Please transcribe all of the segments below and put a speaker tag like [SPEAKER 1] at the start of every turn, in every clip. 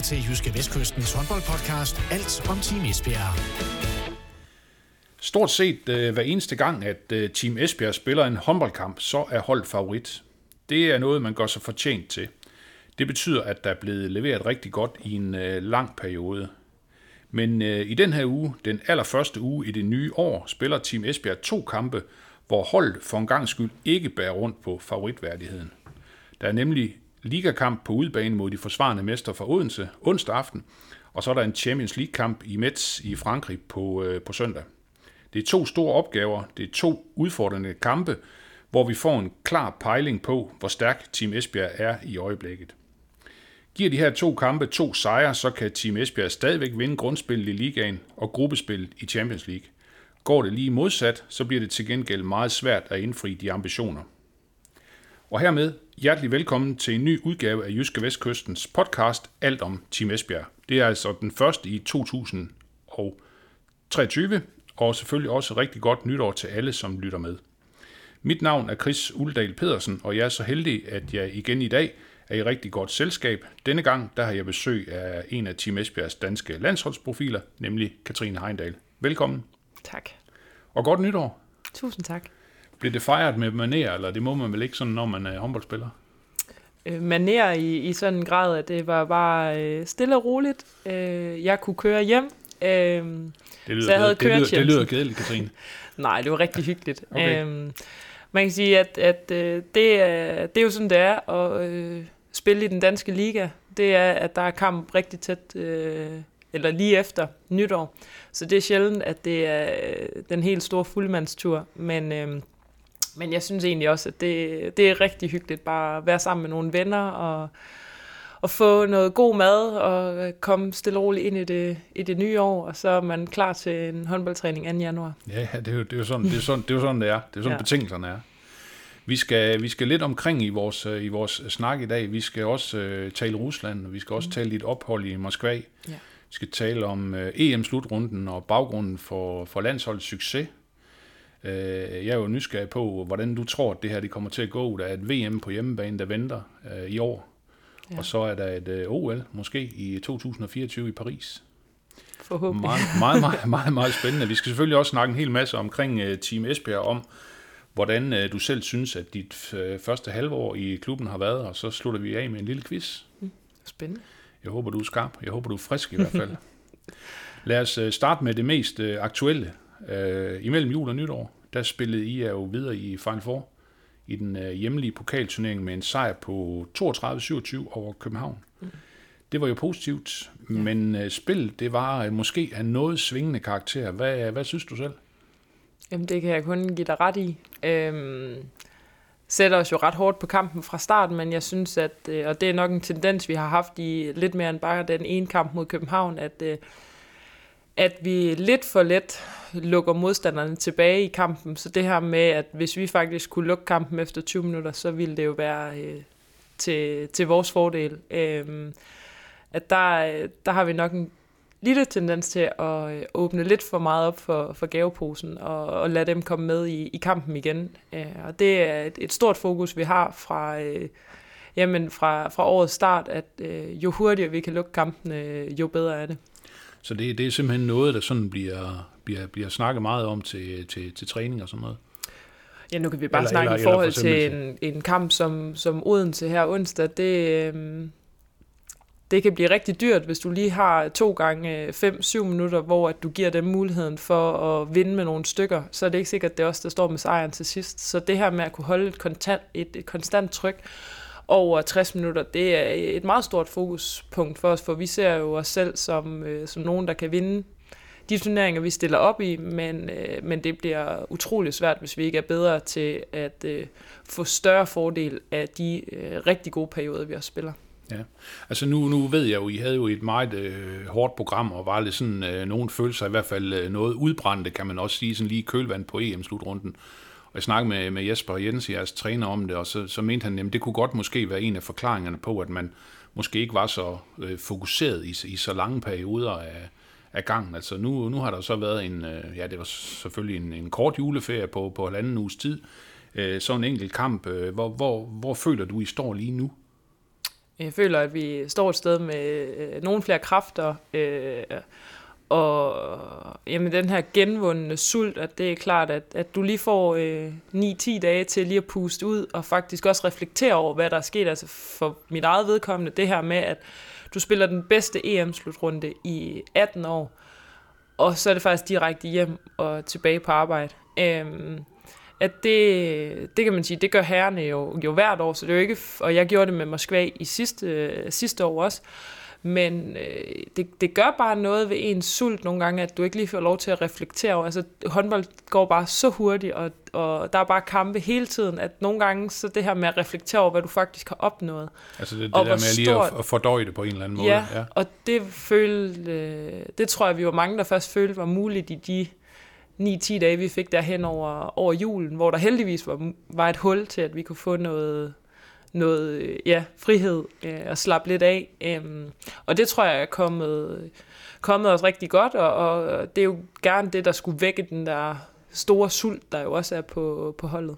[SPEAKER 1] lytter til Jyske Vestkystens håndboldpodcast, alt om Team Esbjerg.
[SPEAKER 2] Stort set hver eneste gang, at Team Esbjerg spiller en håndboldkamp, så er holdet favorit. Det er noget, man gør sig fortjent til. Det betyder, at der er blevet leveret rigtig godt i en lang periode. Men i den her uge, den allerførste uge i det nye år, spiller Team Esbjerg 2 kampe, hvor holdet for en gangs skyld ikke bærer rundt på favoritværdigheden. Der er nemlig ligakamp på udebane mod de forsvarende mestre fra Odense onsdag aften, og så er der en Champions League-kamp i Metz i Frankrig på søndag. Det er 2 store opgaver, det er 2 udfordrende kampe, hvor vi får en klar pejling på, hvor stærk Team Esbjerg er i øjeblikket. Giver de her 2 kampe 2 sejre, så kan Team Esbjerg stadigvæk vinde grundspillet i ligaen og gruppespillet i Champions League. Går det lige modsat, så bliver det til gengæld meget svært at indfri de ambitioner. Og hermed hjertelig velkommen til en ny udgave af Jyske Vestkystens podcast Alt om Team Esbjerg. Det er altså den første i 2023, og selvfølgelig også rigtig godt nytår til alle, som lytter med. Mit navn er Chris Uldal Pedersen, og jeg er så heldig, at jeg igen i dag er i rigtig godt selskab. Denne gang der har jeg besøg af en af Team Esbjergs danske landsholdsprofiler, nemlig Katrine Heindal. Velkommen.
[SPEAKER 3] Tak.
[SPEAKER 2] Og godt nytår.
[SPEAKER 3] Tusind tak.
[SPEAKER 2] Blev det fejret med manér, eller det må man vel ikke sådan, når man er håndboldspiller?
[SPEAKER 3] Manér i sådan en grad, at det var bare stille og roligt. Jeg kunne køre hjem.
[SPEAKER 2] Det lyder kedeligt, Katrine.
[SPEAKER 3] Nej, det var rigtig hyggeligt.
[SPEAKER 2] Okay.
[SPEAKER 3] Man kan sige, at det er jo sådan, det er at spille i den danske liga. Det er, at der er kamp rigtig tæt, eller lige efter nytår. Så det er sjældent, at det er den helt store fuldmandstur. Men jeg synes egentlig også, at det er rigtig hyggeligt bare at være sammen med nogle venner og få noget god mad og komme stille og roligt ind i det nye år, og så er man klar til en håndboldtræning 2. januar. Ja,
[SPEAKER 2] det er jo sådan, det er sådan, det er. Det er sådan, betingelserne er. Vi skal lidt omkring i vores snak i dag. Vi skal også tale Rusland, og vi skal også tale lidt ophold i Moskva. Ja. Vi skal tale om EM-slutrunden og baggrunden for landsholdets succes. Jeg er jo nysgerrig på, hvordan du tror, at det her det kommer til at gå. Der er et VM på hjemmebane, der venter i år. Ja. Og så er der et OL, måske i 2024 i Paris.
[SPEAKER 3] Forhåbentlig.
[SPEAKER 2] Meget spændende. Vi skal selvfølgelig også snakke en hel masse omkring Team Esbjerg, om hvordan du selv synes, at dit første halvår i klubben har været, og så slutter vi af med en lille quiz.
[SPEAKER 3] Spændende.
[SPEAKER 2] Jeg håber, du er skarp. Jeg håber, du er frisk i hvert fald. Lad os starte med det mest aktuelle. Imellem jul og nytår, der spillede I jo videre i Final Four i den hjemlige pokalturnering med en sejr på 32-27 over København. Det var jo positivt, men spillet, det var måske af noget svingende karakter. Hvad synes du selv?
[SPEAKER 3] Jamen, det kan jeg kun give dig ret i. Sætter os jo ret hårdt på kampen fra start, men jeg synes, at, og det er nok en tendens, vi har haft i lidt mere end bare den ene kamp mod København, at vi lidt for let lukker modstanderne tilbage i kampen. Så det her med, at hvis vi faktisk kunne lukke kampen efter 20 minutter, så ville det jo være til vores fordel. At der har vi nok en lille tendens til at åbne lidt for meget op for gaveposen og lade dem komme med i kampen igen. Og det er et stort fokus, vi har fra årets start, at jo hurtigere vi kan lukke kampen, jo bedre er det.
[SPEAKER 2] Så det er simpelthen noget, der sådan bliver snakket meget om til træning og sådan noget?
[SPEAKER 3] Ja, nu kan vi bare snakke i forhold til en kamp som Odense her onsdag. Det kan blive rigtig dyrt, hvis du lige har 2 gange 5-7 minutter, hvor at du giver dem muligheden for at vinde med nogle stykker. Så er det ikke sikkert, at det er også der står med sejren til sidst. Så det her med at kunne holde et konstant tryk over 60 minutter, det er et meget stort fokuspunkt for os, for vi ser jo os selv som nogen, der kan vinde de turneringer, vi stiller op i, men det bliver utrolig svært, hvis vi ikke er bedre til at få større fordel af de rigtig gode perioder, vi også spiller.
[SPEAKER 2] Ja, altså nu ved jeg jo, I havde jo et meget hårdt program, og var lidt sådan, nogen følelser i hvert fald noget udbrændte, kan man også sige, sådan lige kølvand på EM-slutrunden. Og jeg snakkede med Jesper Jensen, jeres træner, om det, og så mente han, at det kunne godt måske være en af forklaringerne på, at man måske ikke var så fokuseret i så lange perioder af gangen. Altså nu har der så været det var selvfølgelig en kort juleferie på 1,5 uges tid. Så en enkelt kamp. Hvor føler du, I står lige nu?
[SPEAKER 3] Jeg føler, at vi står et sted med nogle flere kræfter, og jamen, den her genvundne sult, at det er klart, at du lige får 9-10 dage til lige at puste ud, og faktisk også reflektere over, hvad der er sket. Altså for mit eget vedkommende, det her med, at du spiller den bedste EM-slutrunde i 18 år, og så er det faktisk direkte hjem og tilbage på arbejde. At det kan man sige, det gør herrerne jo hvert år, så det er jo ikke, og jeg gjorde det med Moskva i sidste år også, men det gør bare noget ved ens sult nogle gange, at du ikke lige får lov til at reflektere over. Altså håndbold går bare så hurtigt, og der er bare kampe hele tiden, at nogle gange så det her med at reflektere over, hvad du faktisk har opnået.
[SPEAKER 2] Altså det der med lige at fordøje det på en eller anden måde.
[SPEAKER 3] Ja, og det tror jeg, vi var mange, der først følte var muligt i de 9-10 dage, vi fik derhen over julen, hvor der heldigvis var et hul til, at vi kunne få noget frihed og slappe lidt af. Og det tror jeg er kommet os rigtig godt, og det er jo gerne det, der skulle vække den der store sult, der jo også er på holdet.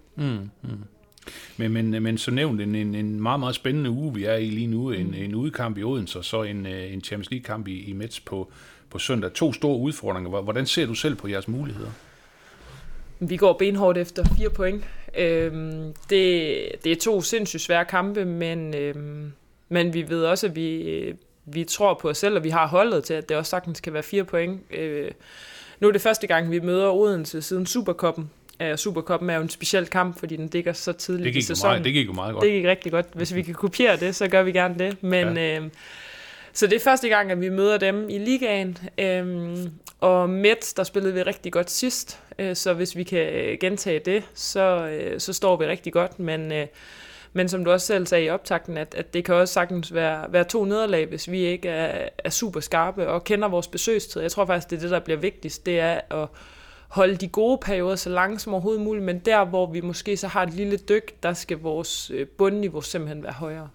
[SPEAKER 2] Men så nævnt en meget, meget spændende uge, vi er i lige nu. En udekamp i Odense, og så en Champions League-kamp i Metz på søndag. 2 store udfordringer. Hvordan ser du selv på jeres muligheder?
[SPEAKER 3] Vi går benhårdt efter 4 point. Det er 2 sindssygt svære kampe, men vi ved også, at vi tror på os selv, og vi har holdet til, at det også sagtens kan være 4 point. Nu er det første gang, vi møder Odense siden Supercuppen. Supercuppen er jo en speciel kamp, fordi den dækker så tidligt i sæsonen.
[SPEAKER 2] Det gik jo meget godt.
[SPEAKER 3] Det gik rigtig godt. Hvis vi kan kopiere det, så gør vi gerne det. Men så det er første gang, at vi møder dem i ligaen. Og Metz, der spillede vi rigtig godt sidst. Så hvis vi kan gentage det, så står vi rigtig godt. Men som du også selv sagde i optakten, at det kan også sagtens være 2 nederlag, hvis vi ikke er super skarpe og kender vores besøgstid. Jeg tror faktisk, det er det, der bliver vigtigst. Det er at holde de gode perioder så langt som overhovedet muligt, men der, hvor vi måske så har et lille dyk, der skal vores bundniveau simpelthen være højere.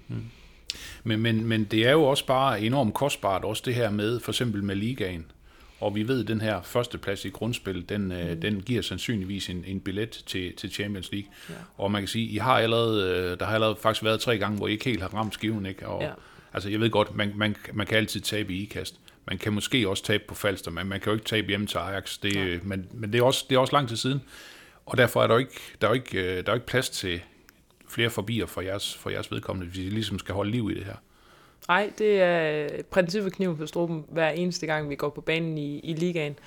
[SPEAKER 2] Men det er jo også bare enormt kostbart, også det her med, for eksempel med ligaen. Og vi ved, at den her førsteplads i grundspil, den giver sandsynligvis en billet til Champions League. Ja. Og man kan sige, der har allerede faktisk været 3 gange, hvor I ikke helt har ramt skiven, ikke? Og, altså, jeg ved godt, man kan altid tabe i ikast. Man kan måske også tabe på Falster, men man kan jo ikke tabe hjemme til Ajax. Men det er også lang tid siden. Og derfor er der jo ikke plads til flere forbier for jeres vedkommende, hvis I ligesom skal holde liv i det her.
[SPEAKER 3] Nej, det er princippet kniven på struben hver eneste gang, vi går på banen i ligaen.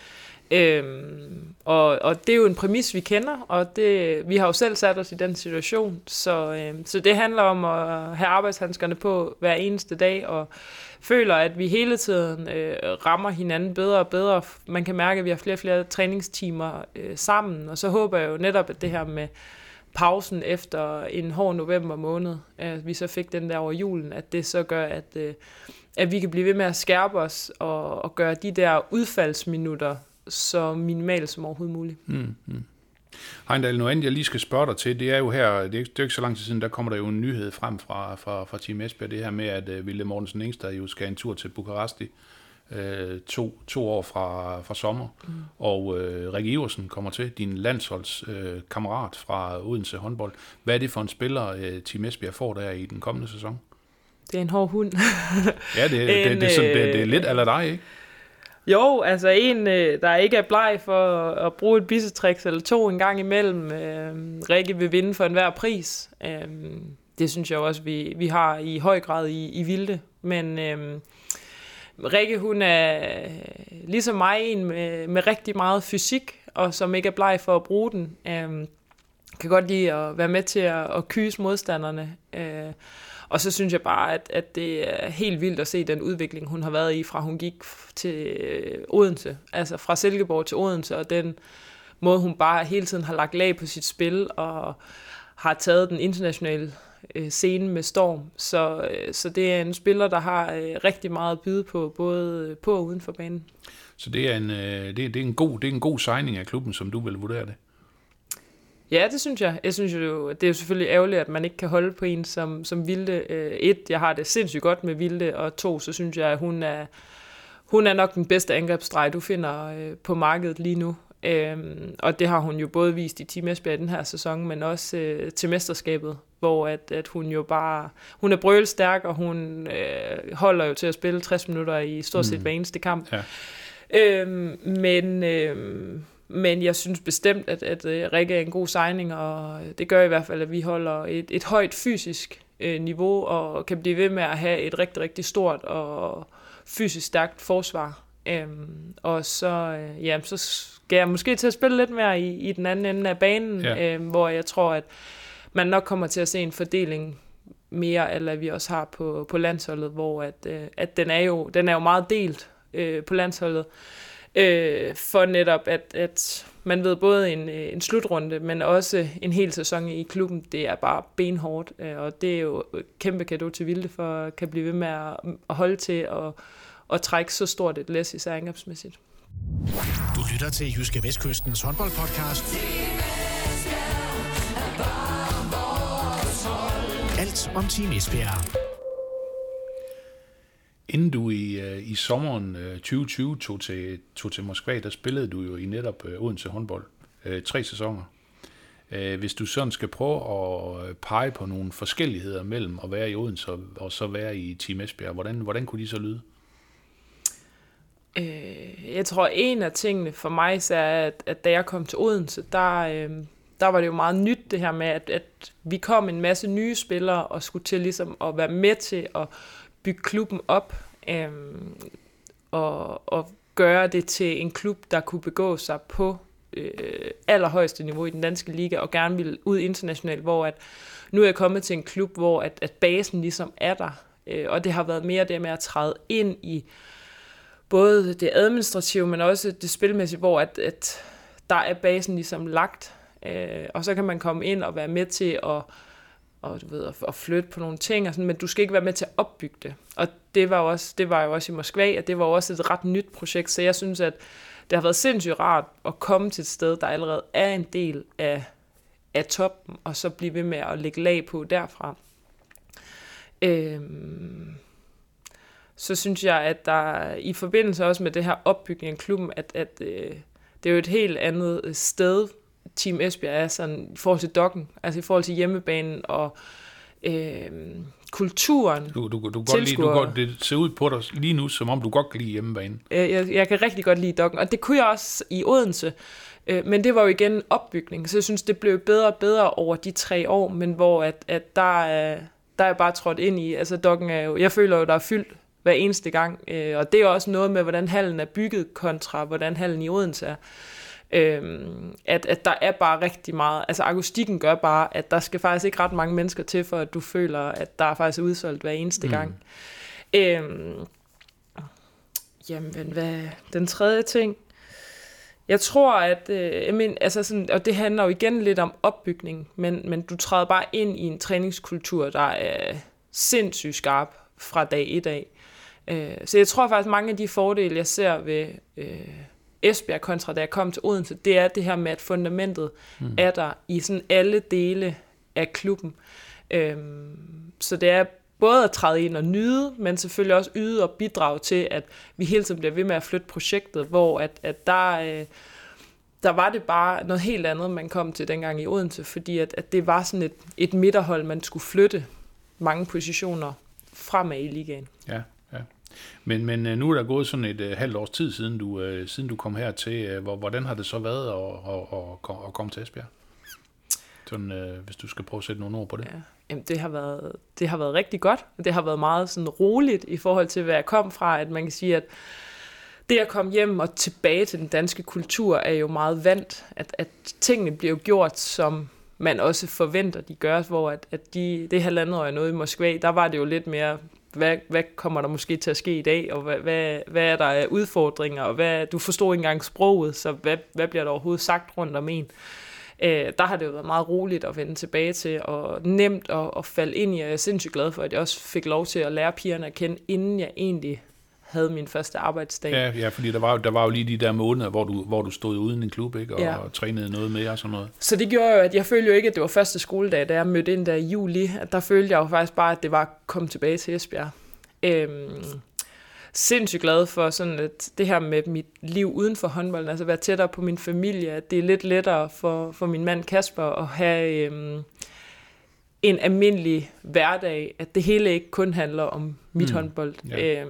[SPEAKER 3] Og det er jo en præmis, vi kender, og vi har jo selv sat os i den situation. Så det handler om at have arbejdshandskerne på hver eneste dag, og føler, at vi hele tiden rammer hinanden bedre og bedre. Man kan mærke, at vi har flere og flere træningstimer sammen, og så håber jeg jo netop, at det her med pausen efter en hård november måned, at vi så fik den der over julen, at det så gør, at vi kan blive ved med at skærpe os og gøre de der udfaldsminutter så minimalt som overhovedet muligt.
[SPEAKER 2] Heindal, noget andet, jeg lige skal spørge dig til, det er jo her, det er jo ikke så lang tid siden, der kommer der jo en nyhed frem fra Team Esbjerg, det her med, at Vilde Mortensen Ingstad jo skal en tur til Bukaresti, 2 år fra sommer, og Rikke Iversen kommer til, din landsholdskammerat fra Odense håndbold. Hvad er det for en spiller, Team Esbjerg får der i den kommende sæson?
[SPEAKER 3] Det er en hård hund.
[SPEAKER 2] Ja, det er lidt eller dig, ikke?
[SPEAKER 3] Jo, altså en, der ikke er bleg for at bruge et bissetricks eller 2 en gang imellem. Rikke vil vinde for enhver pris. Det synes jeg også, vi har i høj grad i Vilde. Men Rikke, hun er ligesom mig en med rigtig meget fysik, og som ikke er bleg for at bruge den. Kan godt lide at være med til at kyse modstanderne. Og så synes jeg bare, at det er helt vildt at se den udvikling, hun har været i, fra hun gik til Odense. Altså fra Silkeborg til Odense, og den måde, hun bare hele tiden har lagt lag på sit spil, og har taget den internationale scene med storm. Så det er en spiller, der har rigtig meget at byde på, både på og uden for banen. Så
[SPEAKER 2] det er en god signing af klubben, som du vil vurdere det?
[SPEAKER 3] Ja, det synes jeg. Jeg synes jo, det er jo selvfølgelig ærgerligt, at man ikke kan holde på en som Vilde. Jeg har det sindssygt godt med Vilde, og 2, så synes jeg, at hun er nok den bedste angrebsstreg, du finder på markedet lige nu. Og det har hun jo både vist i Team Esbjerg i den her sæson, men også til mesterskabet, hvor at hun jo bare, hun er brølstærk, og hun holder jo til at spille 60 minutter i stort set hver eneste kamp. Ja. Men jeg synes bestemt, at Rikke er en god signing, og det gør i hvert fald, at vi holder et højt fysisk niveau, og kan blive ved med at have et rigtig, rigtig stort og fysisk stærkt forsvar. Og så skal jeg måske til at spille lidt mere i den anden ende af banen, hvor jeg tror, at man nok kommer til at se en fordeling mere, eller vi også har på landsholdet, hvor at den er jo meget delt på landsholdet, for netop, at man ved både en slutrunde, men også en hel sæson i klubben, det er bare benhårdt, og det er jo et kæmpe cadeau til Vilde, for at kan blive ved med at holde til at trække så stort et læs, især angrebsmæssigt.
[SPEAKER 1] Du lytter til Jyske Vestkystens håndboldpodcast. Alt om Team Esbjerg.
[SPEAKER 2] Inden du i sommeren 2020 tog til Moskva, der spillede du jo i netop Odense håndbold 3 sæsoner. Hvis du sådan skal prøve at pege på nogle forskelligheder mellem at være i Odense og så være i Team Esbjerg, hvordan kunne de så lyde?
[SPEAKER 3] Jeg tror, en af tingene for mig så er, at da jeg kom til Odense, der var det jo meget nyt det her med, at vi kom en masse nye spillere og skulle til ligesom at være med til at bygge klubben op og gøre det til en klub, der kunne begå sig på allerhøjeste niveau i den danske liga og gerne ville ud internationalt, hvor at nu er jeg kommet til en klub, hvor at basen ligesom er der, og det har været mere det med at træde ind i både det administrative, men også det spilmæssige, hvor at der er basen ligesom lagt, og så kan man komme ind og være med til at flytte på nogle ting, og sådan, men du skal ikke være med til at opbygge det. Og det var jo også i Moskva, og det var jo også et ret nyt projekt, så jeg synes, at det har været sindssygt rart at komme til et sted, der allerede er en del af toppen, og så blive ved med at lægge lag på derfra. Så synes jeg, at der i forbindelse også med det her opbygning af klubben, at det er jo et helt andet sted, Team Esbjerg er sådan, i forhold til dokken, altså i forhold til hjemmebanen og kulturen.
[SPEAKER 2] Det ser ud på dig lige nu, som om du godt kan lide hjemmebanen.
[SPEAKER 3] Jeg kan rigtig godt lide dokken, og det kunne jeg også i Odense, men det var jo igen en opbygning, så jeg synes, det blev bedre og bedre over de 3 år, men hvor at der er bare trådt ind i, altså dokken er jo, jeg føler jo, der er fyldt hver eneste gang, og det er også noget med, hvordan hallen er bygget kontra, hvordan hallen i Odense er. At der er bare rigtig meget, altså akustikken gør bare, at der skal faktisk ikke ret mange mennesker til, for at du føler, at der er faktisk udsolgt hver eneste gang. Jamen, hvad den tredje ting? Jeg tror, at altså sådan, og det handler jo igen lidt om opbygning, men du træder bare ind i en træningskultur, der er sindssygt skarp fra dag 1 af. Så jeg tror faktisk, mange af de fordele, jeg ser ved Esbjerg kontra da jeg kom til Odense, det er det her med, at fundamentet er der i sådan alle dele af klubben. Så det er både at træde ind og nyde, men selvfølgelig også yde og bidrage til, at vi hele tiden bliver ved med at flytte projektet, hvor at der var det bare noget helt andet, man kom til dengang i Odense, fordi at det var sådan et midterhold, man skulle flytte mange positioner fremad i ligaen.
[SPEAKER 2] Ja. Men nu er der gået sådan et halvt års tid, siden du kom her til. Hvordan har det så været at komme til Esbjerg? Sådan, hvis du skal prøve at sætte nogle ord på det.
[SPEAKER 3] Ja. Jamen, det har været rigtig godt. Det har været meget sådan roligt i forhold til, hvad jeg kom fra. At man kan sige, at det at komme hjem og tilbage til den danske kultur er jo meget vant. At tingene bliver jo gjort, som man også forventer, de gør. Hvor at det halvandet år jeg nåede i Moskva, der var det jo lidt mere, hvad kommer der måske til at ske i dag, og hvad er der af udfordringer, og du forstår ikke engang sproget, så hvad bliver der overhovedet sagt rundt om en? Der har det jo været meget roligt at vende tilbage til, og nemt at falde ind i, og jeg er sindssygt glad for, at jeg også fik lov til at lære pigerne at kende, inden jeg egentlig havde min første arbejdsdag.
[SPEAKER 2] Ja, fordi der var jo lige de der måneder, hvor du stod uden en klub, ikke, og trænede noget med og sådan noget.
[SPEAKER 3] Så det gjorde jo, at jeg følte jo ikke, at det var første skoledag, da jeg mødte ind der i juli, at der følte jeg jo faktisk bare, at det var at komme tilbage til Esbjerg. sindssygt glad for sådan at det her med mit liv uden for håndbolden, altså være tættere på min familie, at det er lidt lettere for min mand Kasper at have en almindelig hverdag, at det hele ikke kun handler om mit håndbold. Ja.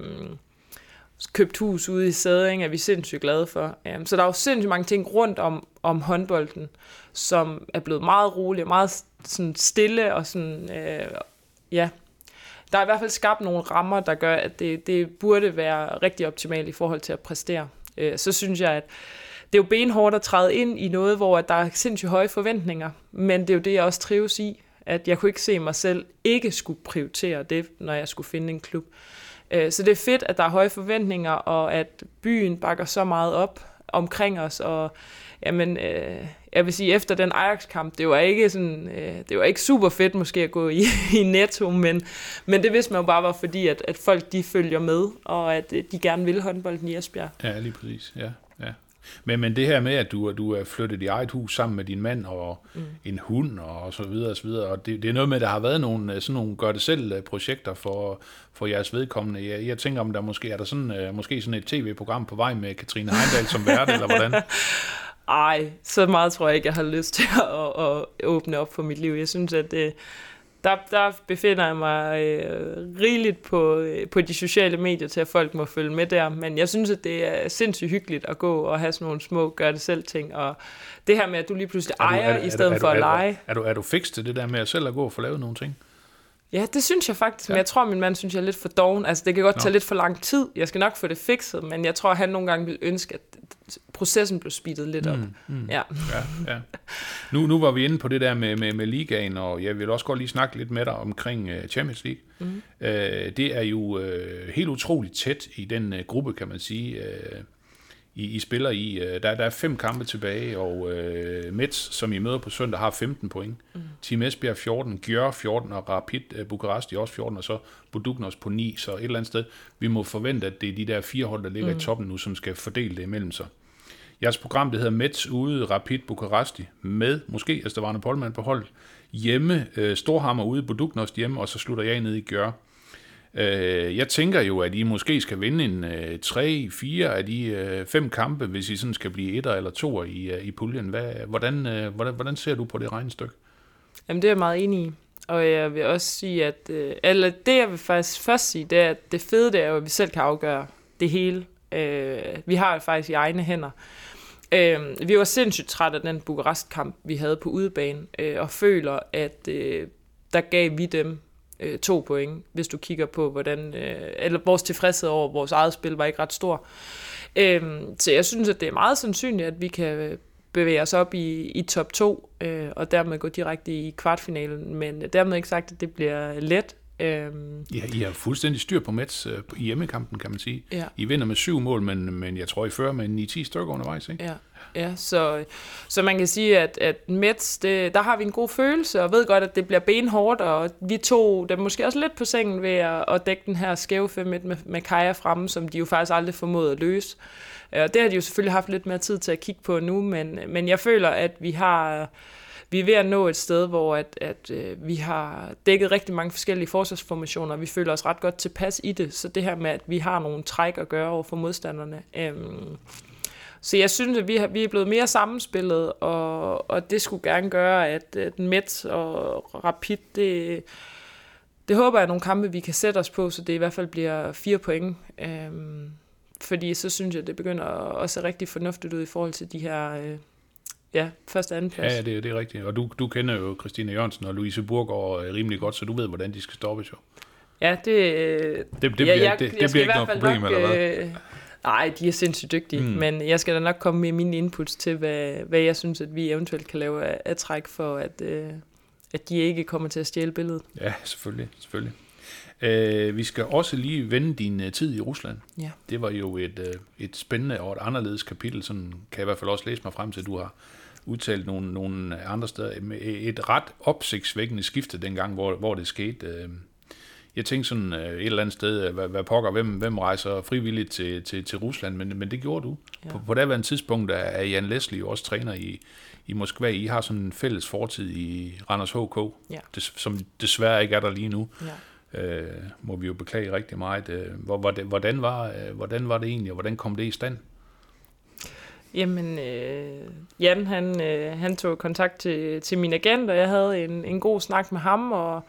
[SPEAKER 3] Købt hus ude i Sæding er vi sindssygt glade for. Så der er jo sindssygt mange ting rundt om håndbolden, som er blevet meget roligt, meget sådan stille og sådan, der er i hvert fald skabt nogle rammer, der gør, at det burde være rigtig optimalt i forhold til at præstere. Så synes jeg, at det er jo benhårdt at træde ind i noget, hvor der er sindssygt høje forventninger, men det er jo det, jeg også trives i, at jeg kunne ikke se mig selv ikke skulle prioritere det, når jeg skulle finde en klub. Så det er fedt, at der er høje forventninger, og at byen bakker så meget op omkring os, og jamen, jeg vil sige, efter den Ajax-kamp, det var ikke super fedt måske at gå i Netto, men det vidste man jo bare var fordi, at folk de følger med, og at de gerne vil håndbolden i Esbjerg.
[SPEAKER 2] Ja, lige præcis, ja. Men det her med, at du er flyttet i eget hus sammen med din mand og en hund og så videre, og det er noget med, at der har været sådan nogle gør-det-selv-projekter for jeres vedkommende. Jeg tænker, om der måske er der sådan et tv-program på vej med Katrine Heimdal som vært, eller hvordan?
[SPEAKER 3] Ej, så meget tror jeg ikke, jeg har lyst til at åbne op for mit liv. Jeg synes, at der befinder jeg mig rigeligt på de sociale medier til, at folk må følge med der. Men jeg synes, at det er sindssygt hyggeligt at gå og have sådan nogle små gør-det-selv-ting. Og det her med, at du lige pludselig ejer i stedet for at lege.
[SPEAKER 2] Er du fix til det der med at selv at gå og få lavet nogle ting?
[SPEAKER 3] Ja, det synes jeg faktisk, men jeg tror, min mand synes, jeg er lidt for doven. Altså, det kan godt tage lidt for lang tid. Jeg skal nok få det fikset, men jeg tror, han nogle gange vil ønske, at processen blev speedet lidt op. Ja.
[SPEAKER 2] Nu var vi inde på det der med ligaen, og jeg vil også godt lige snakke lidt med dig omkring Champions League. Det er jo helt utroligt tæt i den gruppe, kan man sige, I spiller i. Der er 5 kampe tilbage, og Metz, som I møder på søndag, har 15 point. Team Esbjerg 14, Gjør 14, og Rapid Bukaresti også 14, og så Buduknos på 9, så et eller andet sted. Vi må forvente, at det er de der 4 hold, der ligger i toppen nu, som skal fordele det imellem sig. Jeres program, det hedder Metz ude, Rapid Bukaresti, med måske Estevan Polman på hold. Hjemme, Storhammer ude, Buduknos hjemme, og så slutter jeg nede i Gjør. Jeg tænker jo, at I måske skal vinde en 3-4 af de 5 kampe, hvis I sådan skal blive 1 eller 2 i puljen. Hvordan ser du på det regnestykke? Jamen,
[SPEAKER 3] det er jeg meget enig i. Og jeg vil også sige, at det jeg vil faktisk først sige, det er, at det fede det er jo, at vi selv kan afgøre det hele. Vi har jo faktisk i egne hænder. Vi var sindssygt trætte af den Bukarest-kamp, vi havde på udebane, og føler, at der gav vi dem 2 point, hvis du kigger på, hvordan eller vores tilfredshed over vores eget spil var ikke ret stor. Så jeg synes, at det er meget sandsynligt, at vi kan bevæge os op i top 2, og dermed gå direkte i kvartfinalen, men dermed ikke sagt, at det bliver let.
[SPEAKER 2] Ja, I har fuldstændig styr på Metz i hjemmekampen, kan man sige. Ja. I vinder med 7 mål, men jeg tror, I fører med 9-10 stykker undervejs, ikke?
[SPEAKER 3] Ja, så man kan sige, at Metz, der har vi en god følelse, og ved godt, at det bliver benhårdt, og vi tog dem måske også lidt på sengen ved at dække den her skæve 5-1 med Kaja fremme, som de jo faktisk aldrig formåede at løse. Og det har de jo selvfølgelig haft lidt mere tid til at kigge på nu, men jeg føler, at vi er ved at nå et sted, hvor at vi har dækket rigtig mange forskellige forsvarsformationer, og vi føler os ret godt tilpas i det. Så det her med, at vi har nogle træk at gøre over for modstanderne. Så jeg synes, at vi er blevet mere sammenspillet, og det skulle gerne gøre, at Metz og Rapid, det håber jeg er nogle kampe, vi kan sætte os på, så det i hvert fald bliver 4 point. Fordi så synes jeg, at det begynder at se rigtig fornuftigt ud i forhold til de her første og anden plads.
[SPEAKER 2] Ja, det er rigtigt. Og du kender jo Christine Jørgensen og Louise Burgård rimelig godt, så du ved, hvordan de skal stoppes jo.
[SPEAKER 3] Ja, det bliver ikke noget problem, eller hvad? Nej, de er sindssygt dygtige, men jeg skal da nok komme med mine inputs til, hvad jeg synes, at vi eventuelt kan lave af træk for, at de ikke kommer til at stjæle billedet.
[SPEAKER 2] Ja, selvfølgelig. Vi skal også lige vende din tid i Rusland. Ja. Det var jo et spændende og et anderledes kapitel, sådan kan jeg i hvert fald også læse mig frem til, at du har udtalt nogle andre steder. Et ret opsigtsvækkende skifte dengang, hvor det skete. Jeg tænkte sådan et eller andet sted, hvad pokker, hvem rejser frivilligt til Rusland, men det gjorde du. Ja. På daværende tidspunkt er Jan Leslie jo også træner i Moskva. I har sådan en fælles fortid i Randers HK, som desværre ikke er der lige nu. må vi jo beklage rigtig meget. Hvordan var det egentlig, og hvordan kom det i stand?
[SPEAKER 3] Jamen, Jan, han tog kontakt til min agent, og jeg havde en god snak med ham, og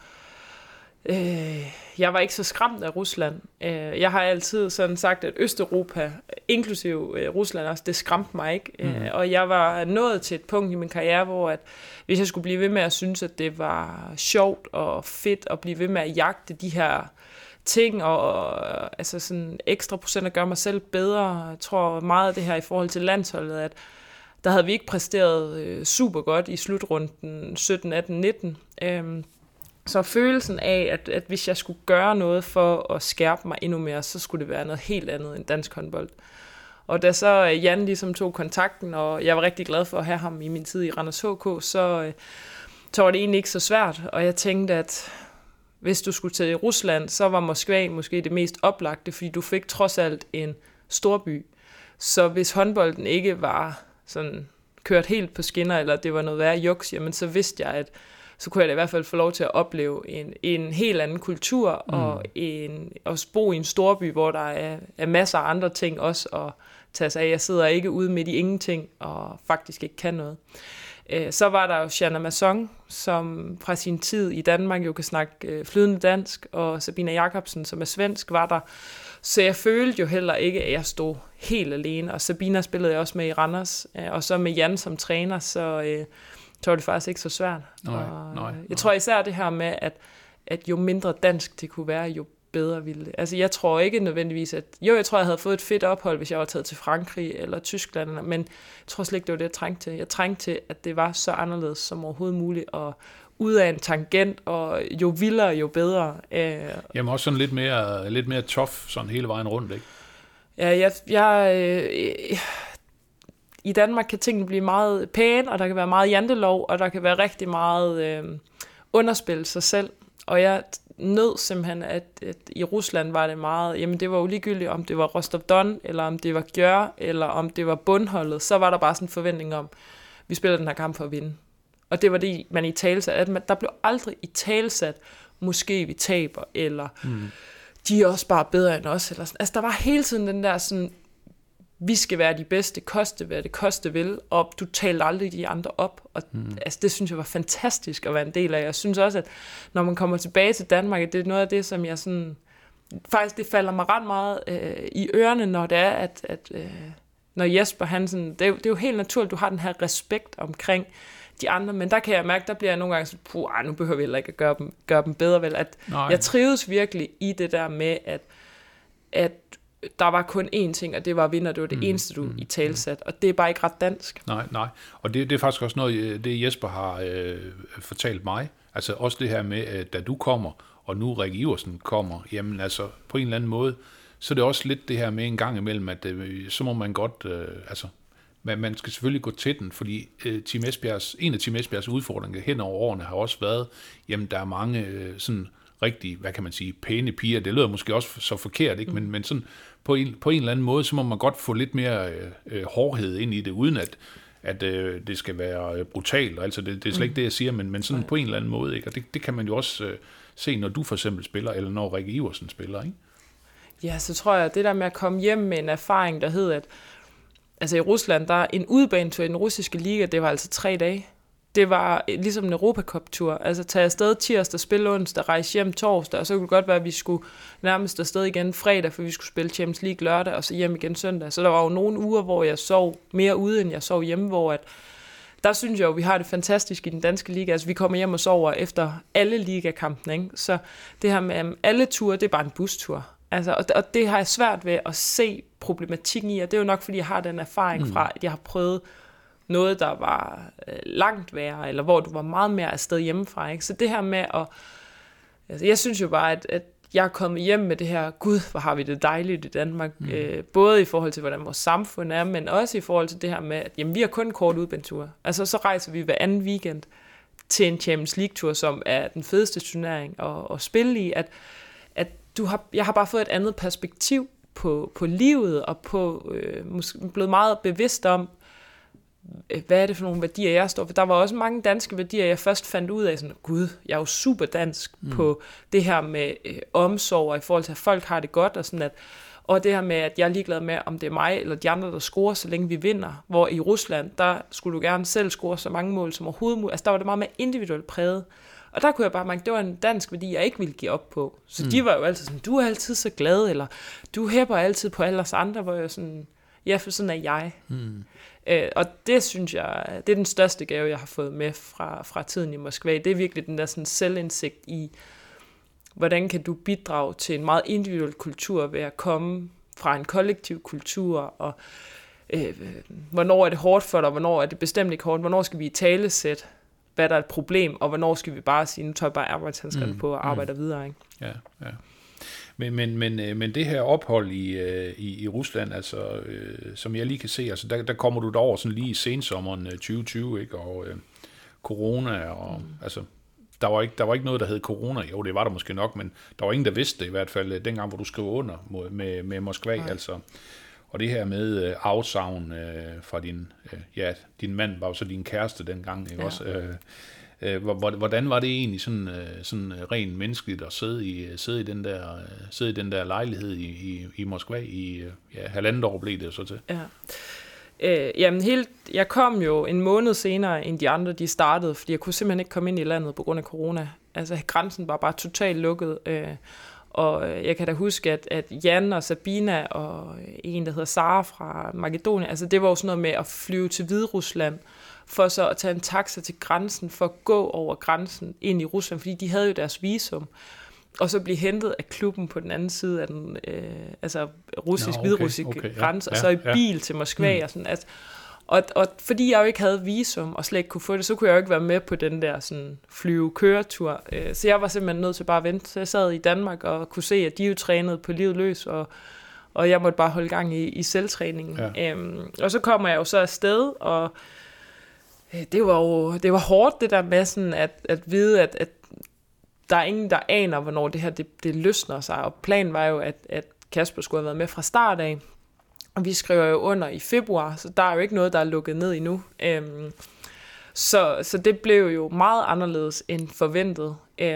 [SPEAKER 3] jeg var ikke så skræmt af Rusland. Jeg har altid sådan sagt, at Østeuropa, inklusive Rusland også, det skræmte mig ikke. Og jeg var nået til et punkt i min karriere, hvor at hvis jeg skulle blive ved med at synes, at det var sjovt og fedt at blive ved med at jagte de her ting, og altså sådan ekstra procent at gøre mig selv bedre. Jeg tror meget af det her i forhold til landsholdet, at der havde vi ikke præsteret super godt i slutrunden 17, 18, 19. Så følelsen af, at hvis jeg skulle gøre noget for at skærpe mig endnu mere, så skulle det være noget helt andet end dansk håndbold. Og da så Jan ligesom tog kontakten, og jeg var rigtig glad for at have ham i min tid i Randers HK, så var det egentlig ikke så svært. Og jeg tænkte, at hvis du skulle til Rusland, så var Moskva måske det mest oplagte, fordi du fik trods alt en storby. Så hvis håndbolden ikke var sådan kørt helt på skinner, eller det var noget værre juks, jamen så vidste jeg, at så kunne jeg da i hvert fald få lov til at opleve en helt anden kultur, og også bo i en storby, hvor der er masser af andre ting også at tage sig af. Jeg sidder ikke ude midt i ingenting, og faktisk ikke kan noget. Så var der jo Shanna Masson, som fra sin tid i Danmark jo kan snakke flydende dansk, og Sabina Jacobsen, som er svensk, var der. Så jeg følte jo heller ikke, at jeg stod helt alene, og Sabina spillede jeg også med i Randers, og så med Jan som træner, så var det faktisk ikke så svært. Nej. Jeg tror især det her med, at jo mindre dansk det kunne være, jo bedre ville det. Altså jeg tror ikke nødvendigvis, jeg tror jeg havde fået et fedt ophold, hvis jeg var taget til Frankrig eller Tyskland, men jeg tror slet ikke, det var det, jeg trængte til. Jeg trængte til, at det var så anderledes som overhovedet muligt, og ud af en tangent, og jo vildere, jo bedre.
[SPEAKER 2] Jamen også sådan lidt mere tough, sådan hele vejen rundt, ikke?
[SPEAKER 3] Ja, i Danmark kan tingene blive meget pæne, og der kan være meget jantelov, og der kan være rigtig meget underspil sig selv. Og jeg nød simpelthen, at i Rusland var det meget, jamen det var jo ligegyldigt, om det var Rostov-Don, eller om det var Gjør, eller om det var bundholdet, så var der bare sådan en forventning om, vi spiller den her kamp for at vinde. Og det var det, man i talesat, at der blev aldrig i talesat, måske vi taber, eller de er også bare bedre end os. Eller sådan. Altså der var hele tiden den der sådan, vi skal være de bedste, koste hvad det koste vil, og du talte aldrig de andre op. Og altså, det synes jeg var fantastisk at være en del af. Jeg synes også, at når man kommer tilbage til Danmark, at det er noget af det, som jeg sådan, faktisk det falder mig ret meget i ørerne, når det er, at når Jesper Hansen, det er jo helt naturligt, du har den her respekt omkring de andre, men der kan jeg mærke, der bliver jeg nogle gange sådan, nu behøver vi heller ikke at gøre dem bedre, vel? At jeg trives virkelig i det der med, at der var kun én ting, og det var at vinde, og det var det eneste, du i talesat, og det er bare ikke ret dansk.
[SPEAKER 2] Nej, og det er faktisk også noget, det Jesper har fortalt mig, altså også det her med, da du kommer, og nu Rikke Iversen kommer, jamen altså på en eller anden måde, så er det også lidt det her med en gang imellem, at så må man godt, man skal selvfølgelig gå til den, fordi en af Team Esbjergs udfordringer hen over årene har også været, jamen der er mange sådan rigtig, hvad kan man sige, pæne piger. Det lyder måske også så forkert, ikke? Men sådan på en eller anden måde, så må man godt få lidt mere hårdhed ind i det, uden at det skal være brutalt. Altså det er slet ikke det, jeg siger, men sådan på en eller anden måde, ikke? Og det kan man jo også se, når du for eksempel spiller, eller når Rikke Iversen spiller, ikke?
[SPEAKER 3] Ja, så tror jeg, at det der med at komme hjem med en erfaring, der hed, at altså i Rusland, der er en udbanetur i den russiske liga, det var altså 3 dage. Det var ligesom en Europacup-tur. Altså tage afsted tirsdag, spille onsdag, rejse hjem torsdag, og så kunne det godt være, at vi skulle nærmest afsted igen fredag, for vi skulle spille Champions League lørdag, og så hjem igen søndag. Så der var jo nogle uger, hvor jeg sov mere ude, end jeg sov hjemme, hvor at der synes jeg jo, vi har det fantastisk i den danske liga. Altså vi kommer hjem og sover efter alle ligakampene, ikke? Så det her med alle ture, det er bare en bustur. Altså, og det har jeg svært ved at se problematikken i, og det er jo nok, fordi jeg har den erfaring fra, at jeg har prøvet noget, der var langt værre, eller hvor du var meget mere afsted hjemmefra, ikke? Så det her med at, altså jeg synes jo bare, at jeg er kommet hjem med det her, gud, hvor har vi det dejligt i Danmark, både i forhold til, hvordan vores samfund er, men også i forhold til det her med, at jamen, vi har kun kort udbanetur. Altså så rejser vi hver anden weekend til en Champions League-tur, som er den fedeste turnering at spille i, at jeg har bare fået et andet perspektiv på livet, og på blevet meget bevidst om, hvad er det for nogle værdier, jeg står for? Der var også mange danske værdier, jeg først fandt ud af, sådan, gud, jeg er jo super dansk på det her med omsorg, og i forhold til, at folk har det godt, og sådan at, og det her med, at jeg er ligeglad med, om det er mig eller de andre, der scorer, så længe vi vinder. Hvor i Rusland, der skulle du gerne selv score så mange mål som overhovedet muligt. Altså der var det meget mere individuelt præget. Og der kunne jeg bare mærke, det var en dansk værdi, jeg ikke ville give op på. Så de var jo altid sådan, du er altid så glad, eller du hæpper altid på alle os andre, hvor jeg sådan, ja, for sådan er jeg. Og det synes jeg, det er den største gave, jeg har fået med fra tiden i Moskva. Det er virkelig den der sådan selvindsigt i, hvordan kan du bidrage til en meget individuel kultur ved at komme fra en kollektiv kultur, og hvornår er det hårdt for dig, hvornår er det bestemt ikke hårdt, hvornår skal vi i talesæt, hvad der er et problem, og hvornår skal vi bare sige, nu tager jeg bare arbejdshandskerne på og arbejder videre. Ikke?
[SPEAKER 2] Ja. Men det her ophold i Rusland, altså, som jeg lige kan se, altså, der kommer du derover sådan lige i sensommeren 2020, ikke? Og corona, og altså, der var ikke noget, der hed corona. Jo, det var der måske nok, men der var ingen, der vidste det i hvert fald, dengang, hvor du skrev under med Moskva. Altså. Og det her med afsavn fra din mand var jo så din kæreste dengang, ikke også? Hvordan var det egentlig sådan rent menneskeligt at sidde i den der lejlighed i Moskva i 1,5 år blev det så til?
[SPEAKER 3] Ja. Jamen jeg kom jo en måned senere end de andre, de startede, fordi jeg kunne simpelthen ikke komme ind i landet på grund af corona. Altså grænsen var bare totalt lukket, og jeg kan da huske, at Jan og Sabina og en, der hedder Sara fra Makedonien, altså det var jo sådan noget med at flyve til Hviderusland, for så at tage en taxa til grænsen, for at gå over grænsen ind i Rusland, fordi de havde jo deres visum, og så blive hentet af klubben på den anden side af den russisk-hviderussiske grænse, og så i bil til Moskva og sådan. Altså, og fordi jeg jo ikke havde visum, og slet ikke kunne få det, så kunne jeg jo ikke være med på den der sådan flyve-køretur. Så jeg var simpelthen nødt til bare at vente. Så jeg sad i Danmark og kunne se, at de jo trænede på livet løs, og jeg måtte bare holde gang i selvtræningen. Ja. Og så kommer jeg jo så afsted, og det var hårdt det der med sådan at vide, at der er ingen, der aner, hvornår det her det løsner sig. Og planen var jo, at Kasper skulle have været med fra start af. Og vi skriver jo under i februar, så der er jo ikke noget, der er lukket ned endnu. Så det blev jo meget anderledes end forventet.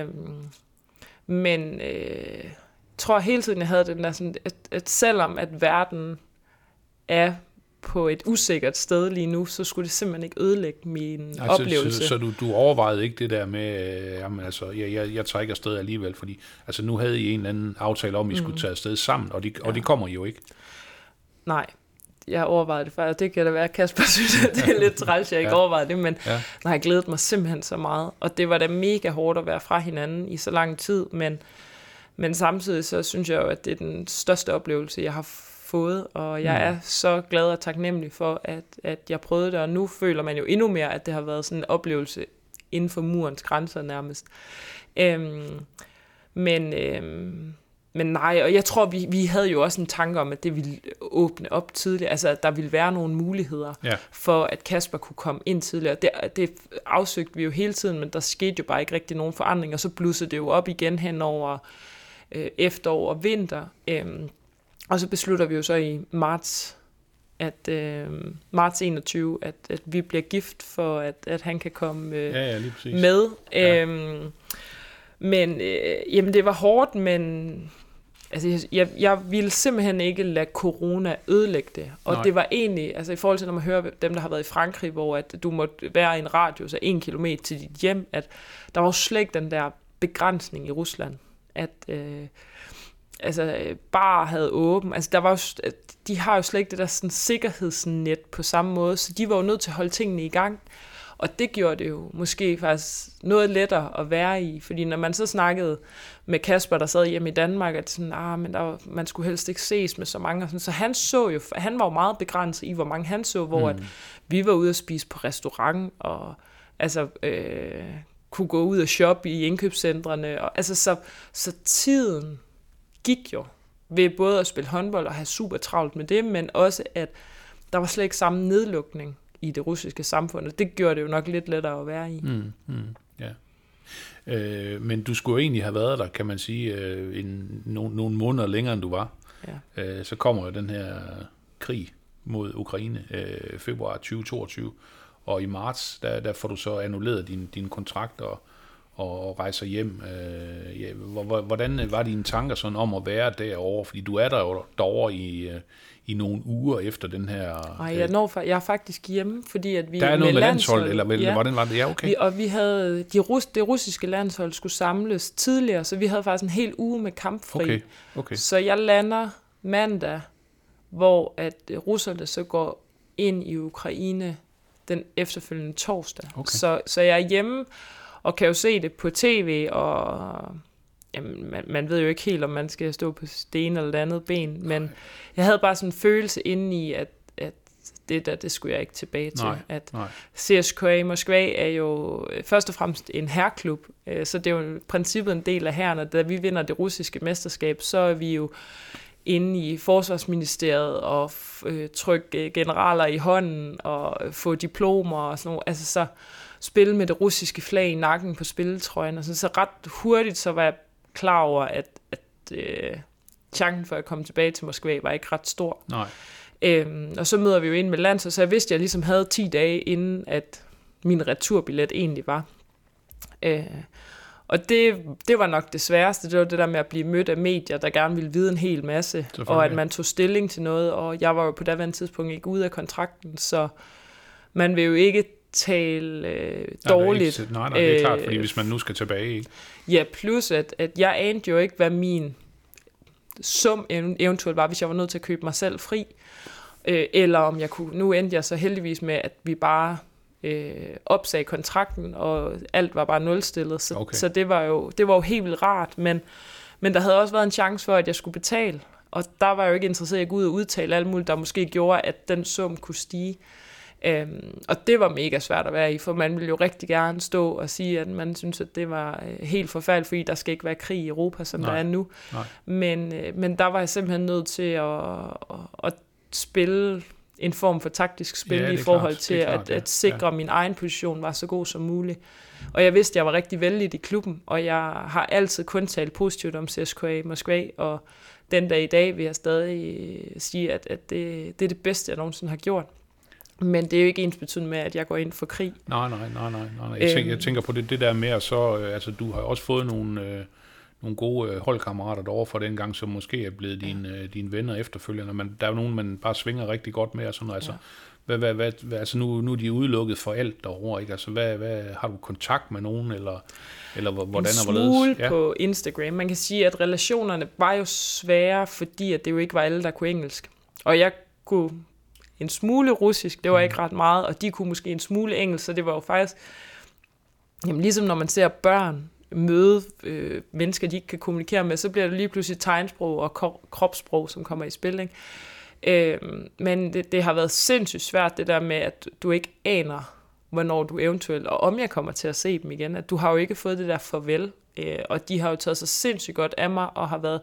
[SPEAKER 3] Men jeg tror hele tiden, jeg havde den der sådan, at selvom at verden er på et usikkert sted lige nu, så skulle det simpelthen ikke ødelægge min oplevelse.
[SPEAKER 2] Så du overvejede ikke det der med, jeg tager ikke afsted alligevel, fordi altså, nu havde I en eller anden aftale om, I skulle tage afsted sammen, og de kommer jo ikke.
[SPEAKER 3] Nej, jeg overvejede det faktisk. Det kan da være, at Kasper synes, at det er lidt træls, jeg ikke overvejede det, men jeg glædede mig simpelthen så meget. Og det var da mega hårdt at være fra hinanden i så lang tid, men samtidig så synes jeg jo, at det er den største oplevelse, jeg har fået, og jeg er så glad og taknemmelig for, at jeg prøvede det, og nu føler man jo endnu mere, at det har været sådan en oplevelse inden for murens grænser nærmest. Men nej, og jeg tror, vi havde jo også en tanke om, at det ville åbne op tidligere, altså at der ville være nogle muligheder for, at Kasper kunne komme ind tidligere. Det afsøgte vi jo hele tiden, men der skete jo bare ikke rigtig nogen forandring, og så blussede det jo op igen hen over efterår og vinter. Og så beslutter vi jo så i marts 21, at vi bliver gift, for at han kan komme med. Men jamen det var hårdt, men altså, jeg ville simpelthen ikke lade corona ødelægge det. Og det var egentlig, altså i forhold til, når man hører dem, der har været i Frankrig, hvor at du måtte være i en radius af 1 kilometer til dit hjem, at der var jo slet ikke den der begrænsning i Rusland, at bare havde åben. Altså der var jo, de har jo slet ikke det der sådan sikkerhedsnet på samme måde, så de var jo nødt til at holde tingene i gang. Og det gjorde det jo måske faktisk noget lettere at være i, fordi når man så snakkede med Kasper, der sad hjemme i Danmark, at sådan, men man skulle helst ikke ses med så mange, og sådan, så han var jo meget begrænset i, hvor mange han så, hvor at vi var ude at spise på restaurant, og altså kunne gå ud og shoppe i indkøbscentrene, og altså så tiden gik jo ved både at spille håndbold og have super travlt med det, men også at der var slet ikke samme nedlukning i det russiske samfund, og det gjorde det jo nok lidt lettere at være i.
[SPEAKER 2] Men du skulle jo egentlig have været der, kan man sige, nogle måneder længere, end du var. Ja. Så kommer jo den her krig mod Ukraine, februar 2022, og i marts, der får du så annulleret din kontrakt og rejser hjem. Hvordan var dine tanker sådan om at være derovre? Fordi du er der jo derovre i nogle uger efter den her...
[SPEAKER 3] Nej, jeg er faktisk hjemme, fordi at vi...
[SPEAKER 2] Der er noget med landshold, eller hvordan var det? Ja, okay.
[SPEAKER 3] Vi havde... Det russiske landshold skulle samles tidligere, så vi havde faktisk en hel uge med kampfri.
[SPEAKER 2] Okay.
[SPEAKER 3] Så jeg lander mandag, hvor at russerne så går ind i Ukraine den efterfølgende torsdag. Okay. Så jeg er hjemme og kan jo se det på tv, og jamen, man ved jo ikke helt, om man skal stå på det ene eller det andet ben, men jeg havde bare sådan en følelse inde i, at det skulle jeg ikke tilbage til. Nej. CSKA Moskva er jo først og fremmest en herreklub, så det er jo i princippet en del af herren, og da vi vinder det russiske mesterskab, så er vi jo inde i Forsvarsministeriet og trykke generaler i hånden og få diplomer og sådan noget. Altså så spille med det russiske flag i nakken på spilletrøjen. Og så ret hurtigt så var jeg klar over, at chancen for at komme tilbage til Moskva var ikke ret stor.
[SPEAKER 2] Nej.
[SPEAKER 3] Og så møder vi jo ind med landshold, så jeg vidste, at jeg ligesom havde 10 dage, inden at min returbillet egentlig var. Og det var nok det sværeste. Det var det der med at blive mødt af medier, der gerne ville vide en hel masse, og at man tog stilling til noget, og jeg var jo på daværende tidspunkt ikke ude af kontrakten, så man vil jo ikke tale dårligt.
[SPEAKER 2] Nej, det er klart, fordi hvis man nu skal tilbage, ikke?
[SPEAKER 3] Ja, plus at jeg anede jo ikke, hvad min sum eventuelt var, hvis jeg var nødt til at købe mig selv fri, eller om jeg kunne. Nu endte jeg så heldigvis med, at vi bare opsagde kontrakten, og alt var bare nulstillet, så det var jo helt vildt rart, men der havde også været en chance for, at jeg skulle betale, og der var jeg jo ikke interesseret i at gå ud og udtale alt muligt, der måske gjorde, at den sum kunne stige. Og det var mega svært at være i, for man ville jo rigtig gerne stå og sige, at man synes, at det var helt forfærdeligt, fordi der skal ikke være krig i Europa, som der er nu. Men der var jeg simpelthen nødt til at spille en form for taktisk spil i forhold til at sikre min egen position var så god som muligt. Og jeg vidste, at jeg var rigtig vældig i klubben, og jeg har altid kun talt positivt om CSKA Moskva, og den dag i dag vil jeg stadig sige, at det er det bedste, jeg nogensinde har gjort. Men det er jo ikke ensbetydende med, at jeg går ind for krig.
[SPEAKER 2] Nej. Jeg tænker på det der med, at så, altså du har også fået nogle gode holdkammerater derovre fra den gang, som måske er blevet dine venner efterfølgende. Men der er jo nogen, man bare svinger rigtig godt med. Og sådan, altså, altså nu er de udelukket for alt derovre, ikke? Altså, hvad har du kontakt med nogen, eller hvordan
[SPEAKER 3] er hvorledes? En smule på Instagram. Man kan sige, at relationerne var jo svære, fordi at det jo ikke var alle, der kunne engelsk. Og jeg kunne en smule russisk, det var ikke ret meget, og de kunne måske en smule engelsk, så det var jo faktisk, jamen ligesom når man ser børn møde mennesker, de ikke kan kommunikere med, så bliver det lige pludselig tegnsprog og kropssprog, som kommer i spil, ikke? Men det har været sindssygt svært, det der med, at du ikke aner, hvornår du eventuelt, og om jeg kommer til at se dem igen, at du har jo ikke fået det der farvel, og de har jo taget sig sindssygt godt af mig, og har været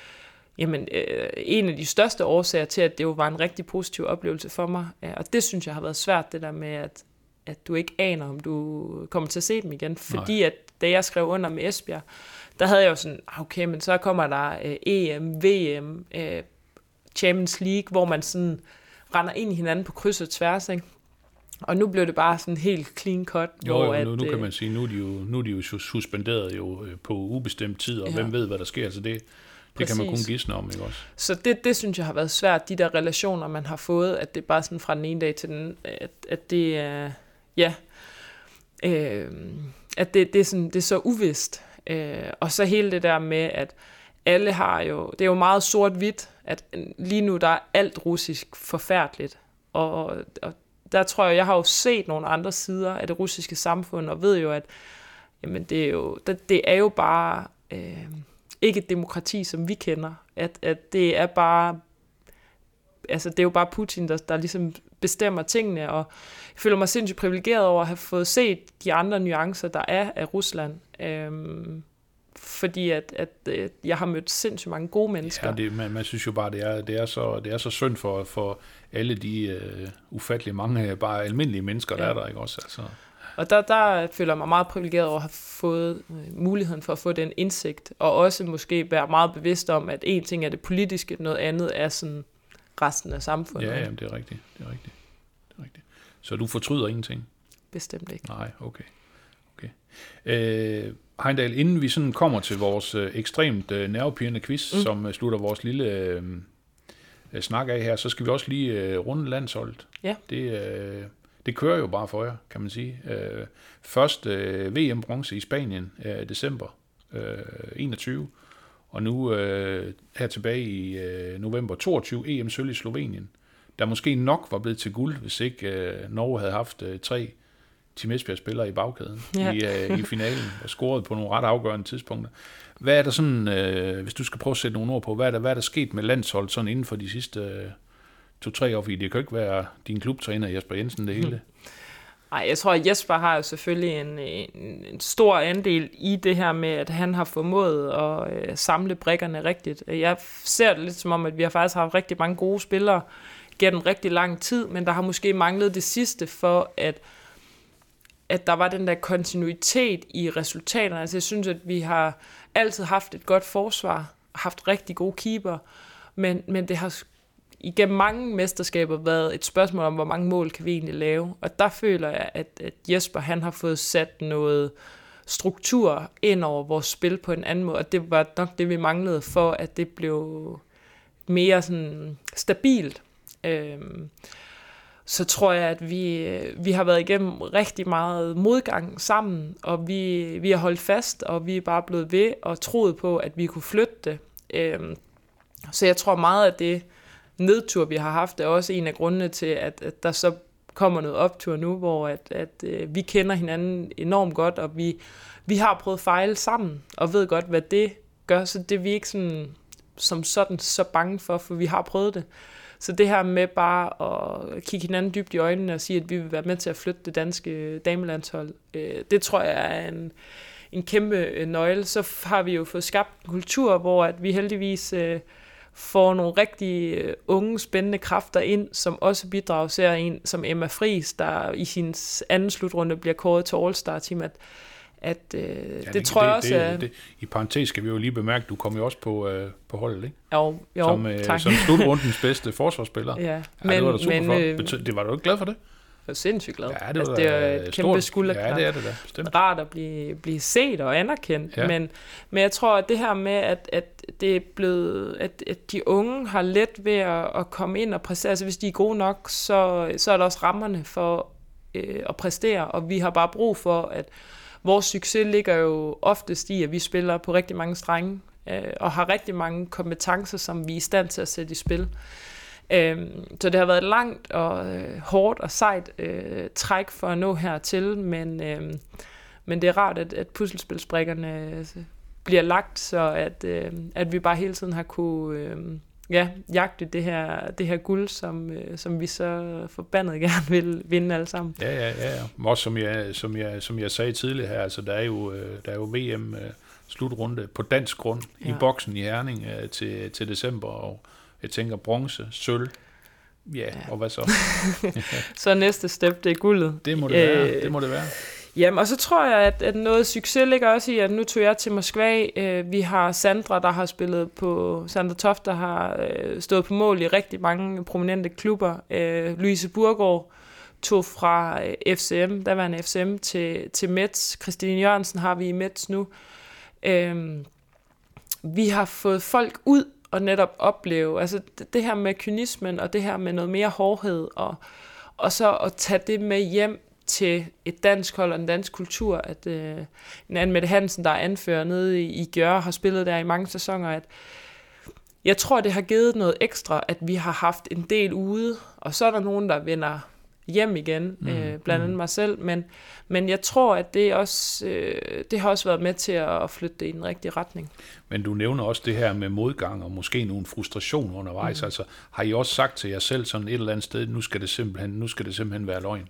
[SPEAKER 3] en af de største årsager til, at det jo var en rigtig positiv oplevelse for mig. Og det synes jeg har været svært, det der med, at du ikke aner, om du kommer til at se dem igen. Fordi at da jeg skrev under med Esbjerg, der havde jeg jo sådan, okay, men så kommer der EM, VM, Champions League, hvor man sådan render ind i hinanden på kryds og tværs, ikke? Og nu blev det bare sådan helt clean cut.
[SPEAKER 2] Nu kan man sige, nu er de jo suspenderet jo på ubestemt tid, og hvem ved, hvad der sker, så det kan man kun gisne om, ikke også? Så
[SPEAKER 3] det synes jeg har været svært, de der relationer, man har fået, at det er bare sådan fra den ene dag til den, at det er, at det er så uvist. Og så hele det der med, at alle har jo, det er jo meget sort-hvidt, at lige nu der er alt russisk forfærdeligt. Og der tror jeg har jo set nogle andre sider af det russiske samfund, og ved jo, at jamen det er jo bare ikke et demokrati, som vi kender. At det er bare, altså det er jo bare Putin, der ligesom bestemmer tingene, og jeg føler mig sindssygt privilegeret over at have fået set de andre nuancer, der er af Rusland. Fordi at jeg har mødt sindssygt mange gode mennesker.
[SPEAKER 2] Ja, man synes jo bare, det er så synd for alle de ufattelige mange bare almindelige mennesker, der er der, ikke også? Altså.
[SPEAKER 3] Og der føler jeg mig meget privilegeret over at have fået muligheden for at få den indsigt, og også måske være meget bevidst om, at en ting er det politiske, noget andet er sådan resten af samfundet.
[SPEAKER 2] Ja, jamen, det er rigtigt. Så du fortryder ingenting?
[SPEAKER 3] Bestemt ikke.
[SPEAKER 2] Nej, okay. Heindal, inden vi sådan kommer til vores ekstremt nervepirrende quiz, som slutter vores lille snak af her, så skal vi også lige runde landsholdet.
[SPEAKER 3] Ja.
[SPEAKER 2] Det kører jo bare for jer, kan man sige. Først VM-bronze i Spanien december 21, og nu her tilbage i november 22, EM-sølv i Slovenien, der måske nok var blevet til guld, hvis ikke Norge havde haft 3 Team Esbjerg-spillere i bagkæden i finalen, og scoret på nogle ret afgørende tidspunkter. Hvad er der sådan, hvis du skal prøve at sætte nogle ord på, hvad er der sket med landshold sådan inden for de sidste 2-3 år, fordi det kan jo ikke være din klubtræner Jesper Jensen det hele?
[SPEAKER 3] Nej, jeg tror, at Jesper har jo selvfølgelig en stor andel i det her med, at han har formået at samle brikkerne rigtigt. Jeg ser det lidt som om, at vi har faktisk haft rigtig mange gode spillere gennem rigtig lang tid, men der har måske manglet det sidste for, at der var den der kontinuitet i resultaterne. Altså jeg synes, at vi har altid haft et godt forsvar, haft rigtig gode keeper, men det har igennem mange mesterskaber været et spørgsmål om, hvor mange mål kan vi egentlig lave. Og der føler jeg, at Jesper han har fået sat noget struktur ind over vores spil på en anden måde, og det var nok det, vi manglede for, at det blev mere sådan stabilt. Så tror jeg, at vi har været igennem rigtig meget modgang sammen, og vi har holdt fast, og vi er bare blevet ved og troet på, at vi kunne flytte det. Så jeg tror meget, at det nedtur, vi har haft, er også en af grundene til, at der så kommer noget optur nu, hvor at vi kender hinanden enormt godt, og vi har prøvet at fejle sammen, og ved godt, hvad det gør, så det er vi ikke som sådan så bange for vi har prøvet det. Så det her med bare at kigge hinanden dybt i øjnene og sige, at vi vil være med til at flytte det danske damelandshold, det tror jeg er en kæmpe nøgle. Så har vi jo fået skabt en kultur, hvor at vi heldigvis får nogle rigtig unge, spændende kræfter ind, som også bidrager. Ser en som Emma Friis, der i sin anden slutrunde bliver kåret til All-Star-team, det tror jeg også...
[SPEAKER 2] I parentes skal vi jo lige bemærke, du kom jo også på holdet, ikke?
[SPEAKER 3] Jo, tak.
[SPEAKER 2] Som slutrundens bedste forsvarsspiller.
[SPEAKER 3] Ja,
[SPEAKER 2] det var da super flot. Det var du ikke glad for det?
[SPEAKER 3] Jeg var sindssygt glad.
[SPEAKER 2] Ja, det
[SPEAKER 3] er et kæmpe skulderklap.
[SPEAKER 2] Ja, det er det da, bestemt.
[SPEAKER 3] Rart at blive set og anerkendt. Ja. Men jeg tror, at det her med, at det er blevet, at de unge har let ved at komme ind og præstere. Altså, hvis de er gode nok, så er der også rammerne for at præstere. Og vi har bare brug for, at vores succes ligger jo oftest i, at vi spiller på rigtig mange strenge, og har rigtig mange kompetencer, som vi er i stand til at sætte i spil. Så det har været et langt og hårdt og sejt træk for at nå hertil, men det er rart, at puslespilsbrikkerne bliver lagt, så at vi bare hele tiden har kunne jagte det her guld, som vi så forbandet gerne vil vinde alle sammen.
[SPEAKER 2] Ja. Også som jeg sagde tidligere her, altså der er jo VM slutrunde på dansk grund i boksen i Herning til december, og jeg tænker bronze, sølv, og hvad så?
[SPEAKER 3] Så næste step, det er guldet.
[SPEAKER 2] Det må det være.
[SPEAKER 3] Jamen, og så tror jeg, at noget succes ligger også i, at nu tog jeg til Moskva. Vi har Sandra, der har spillet på Sandra Toft, der har stået på mål i rigtig mange prominente klubber. Louise Burgård tog fra FCM, der var en FCM, til Metz. Christine Jørgensen har vi i Metz nu. Vi har fået folk ud og netop opleve, altså det her med kynismen, og det her med noget mere hårdhed, og så at tage det med hjem til et dansk hold og en dansk kultur, at en Anne-Mette Hansen, der er anfører nede i Gjør, har spillet der i mange sæsoner, at jeg tror, det har givet noget ekstra, at vi har haft en del ude, og så er der nogen, der vender hjem igen, blandt andet mig selv, men jeg tror, at det har også været med til at flytte det i den rigtige retning.
[SPEAKER 2] Men du nævner også det her med modgang og måske nogle frustrationer undervejs. Altså, har I også sagt til jer selv sådan et eller andet sted, nu skal det simpelthen være løgn?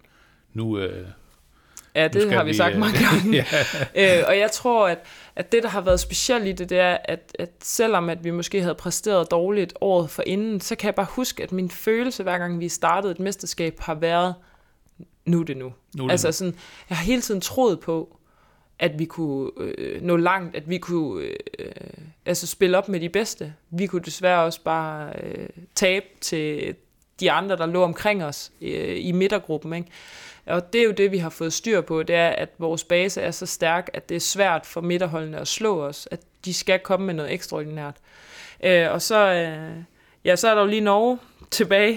[SPEAKER 3] Ja, det har vi sagt mange gange. Og jeg tror, at det, der har været specielt i det, det er, at selvom at vi måske havde præsteret dårligt året forinden, så kan jeg bare huske, at min følelse, hver gang vi startede et mesterskab, har været, nu er det nu. Altså sådan, jeg har hele tiden troet på, at vi kunne nå langt, at vi kunne spille op med de bedste. Vi kunne desværre også bare tabe til de andre, der lå omkring os i midtergruppen, ikke? Og det er jo det, vi har fået styr på, det er, at vores base er så stærk, at det er svært for midterholdene at slå os, at de skal komme med noget ekstraordinært. Og så er der jo lige Norge tilbage,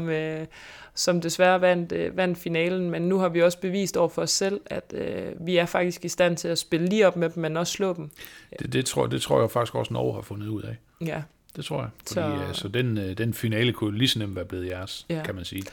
[SPEAKER 3] som desværre vandt finalen, men nu har vi også bevist over for os selv, at vi er faktisk i stand til at spille lige op med dem, men også slå dem.
[SPEAKER 2] Det tror jeg faktisk også Norge har fundet ud af.
[SPEAKER 3] Ja.
[SPEAKER 2] Det tror jeg. Fordi, så den finale kunne lige så nemt være blevet jeres, kan man sige.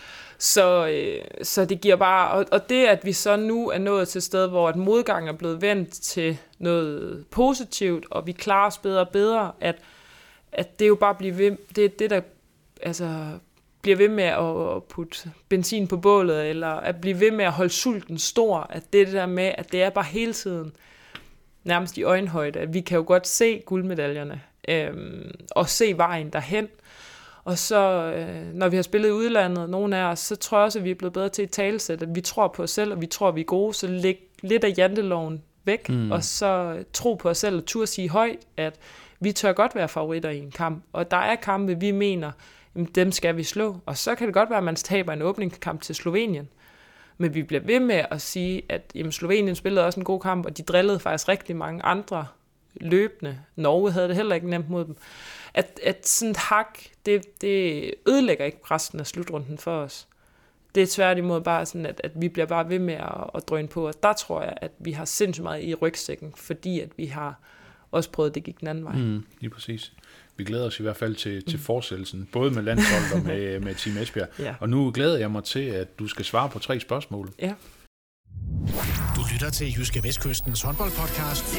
[SPEAKER 3] Så det giver bare... Og det, at vi så nu er nået til et sted, hvor et modgang er blevet vendt til noget positivt, og vi klarer os bedre og bedre, at det jo bare bliver ved... Det der bliver ved med at putte benzin på bålet, eller at blive ved med at holde sulten stor, at det der med, at det er bare hele tiden nærmest i øjenhøjde, at vi kan jo godt se guldmedaljerne, og se vejen derhen. Og så, når vi har spillet i udlandet, nogle af os, så tror jeg også, at vi er blevet bedre til at talesætte, at vi tror på os selv, og vi tror, at vi er gode, så læg lidt af janteloven væk, og så tro på os selv og turde sige højt, at vi tør godt være favoritter i en kamp. Og der er kampe, vi mener, dem skal vi slå. Og så kan det godt være, at man taber en åbningskamp til Slovenien. Men vi bliver ved med at sige, at Slovenien spillede også en god kamp, og de drillede faktisk rigtig mange andre løbende. Norge havde det heller ikke nemt mod dem. At sådan et hak, det ødelægger ikke resten af slutrunden for os. Det er tværtimod bare sådan, at vi bliver bare ved med at drøne på. Og der tror jeg, at vi har sindssygt meget i rygsækken, fordi at vi har også prøvet, at det gik den anden vej.
[SPEAKER 2] Lige præcis. Vi glæder os i hvert fald til fortsættelsen, både med landsholdet og med Team Esbjerg. Ja. Og nu glæder jeg mig til, at du skal svare på 3 spørgsmål.
[SPEAKER 3] Ja.
[SPEAKER 1] Du lytter til Jyske Vestkystens håndboldpodcast.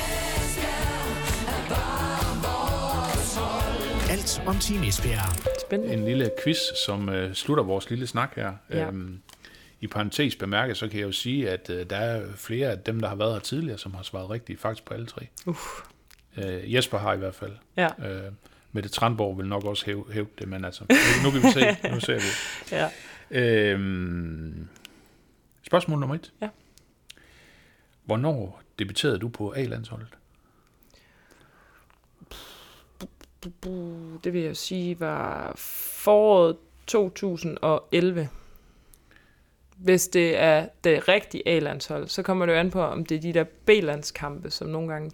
[SPEAKER 1] Alt om Team Esbjerg.
[SPEAKER 3] Spændende.
[SPEAKER 2] En lille quiz, som slutter vores lille snak her.
[SPEAKER 3] Ja.
[SPEAKER 2] I parentes bemærket, så kan jeg jo sige, at der er flere af dem, der har været her tidligere, som har svaret rigtigt, faktisk på alle 3. Jesper har i hvert fald.
[SPEAKER 3] Ja.
[SPEAKER 2] Mette Tranborg vil nok også hæve det, men altså, nu kan vi se. Nu ser vi.
[SPEAKER 3] Ja.
[SPEAKER 2] Spørgsmål nummer 1.
[SPEAKER 3] Ja.
[SPEAKER 2] Hvornår debuterede du på A-landsholdet?
[SPEAKER 3] Det vil jeg sige var foråret 2011. Hvis det er det rigtige A-landshold, så kommer det jo an på, om det er de der B-landskampe, som nogle gange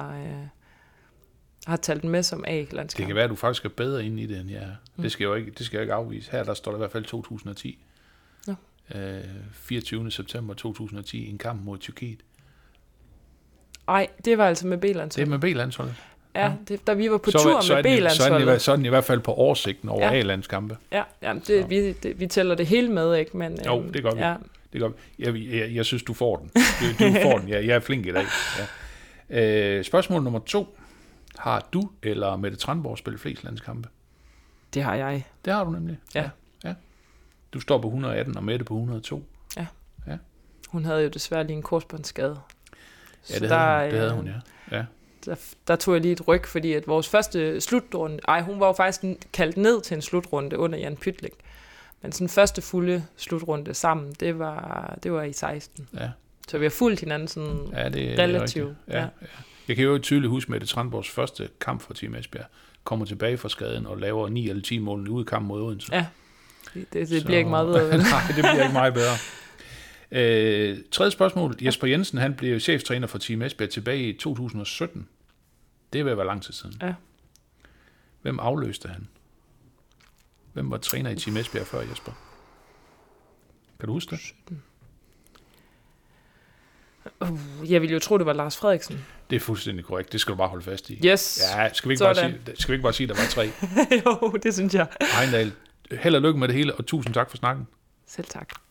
[SPEAKER 3] har talt med som A-landskampe.
[SPEAKER 2] Det kan være, at du faktisk er bedre inde i det, end jeg er. Det skal jeg jo ikke afvise. Her der står der i hvert fald 2010.
[SPEAKER 3] Ja.
[SPEAKER 2] 24. september 2010, en kamp mod Tyrkiet.
[SPEAKER 3] Nej, det var altså med B-landsholdet.
[SPEAKER 2] Det er med B-landsholdet.
[SPEAKER 3] Ja, da vi var på tur med B-landsholdet.
[SPEAKER 2] Så er den i hvert fald på oversigten over A-landskampe.
[SPEAKER 3] Ja, vi tæller det hele med, ikke? Men,
[SPEAKER 2] jo, det gør vi. Ja. Det gør vi. Jeg synes, du får den. Du får den. Jeg er flink i dag. Ja. Spørgsmål nummer 2. Har du eller Mette Tranborg spillet flest landskampe? Det har jeg. Det har du nemlig? Ja. Du står på 118 og Mette på 102. Ja. Hun havde jo desværre lige en korsbåndsskade. Ja, det havde hun, ja. Der tog jeg lige et ryg, fordi at vores første slutrunde... hun var jo faktisk kaldt ned til en slutrunde under Jan Pytlik. Men sådan første fulde slutrunde sammen, det var i 16. Ja. Så vi har fulgt hinanden sådan relativt. Ja. Jeg kan jo tydeligt huske med det Tranborgs første kamp for Team Esbjerg. Kommer tilbage fra skaden og laver 9 eller 10 mål ude i kamp mod Odense. Ja, det bliver ikke meget bedre. Nej, det bliver ikke meget bedre. Tredje spørgsmål. Jesper Jensen, han blev cheftræner for Team Esbjerg tilbage i 2017. Det vil være lang tid siden. Ja. Hvem afløste han? Hvem var træner i Team Esbjerg før Jesper? Kan du huske det? 17. Jeg vil jo tro, det var Lars Frederiksen. Det er fuldstændig korrekt. Det skal du bare holde fast i. Yes. Ja, skal vi ikke bare sige, der var 3? Jo, det synes jeg. Heindal, held og lykke med det hele, og tusind tak for snakken. Selv tak.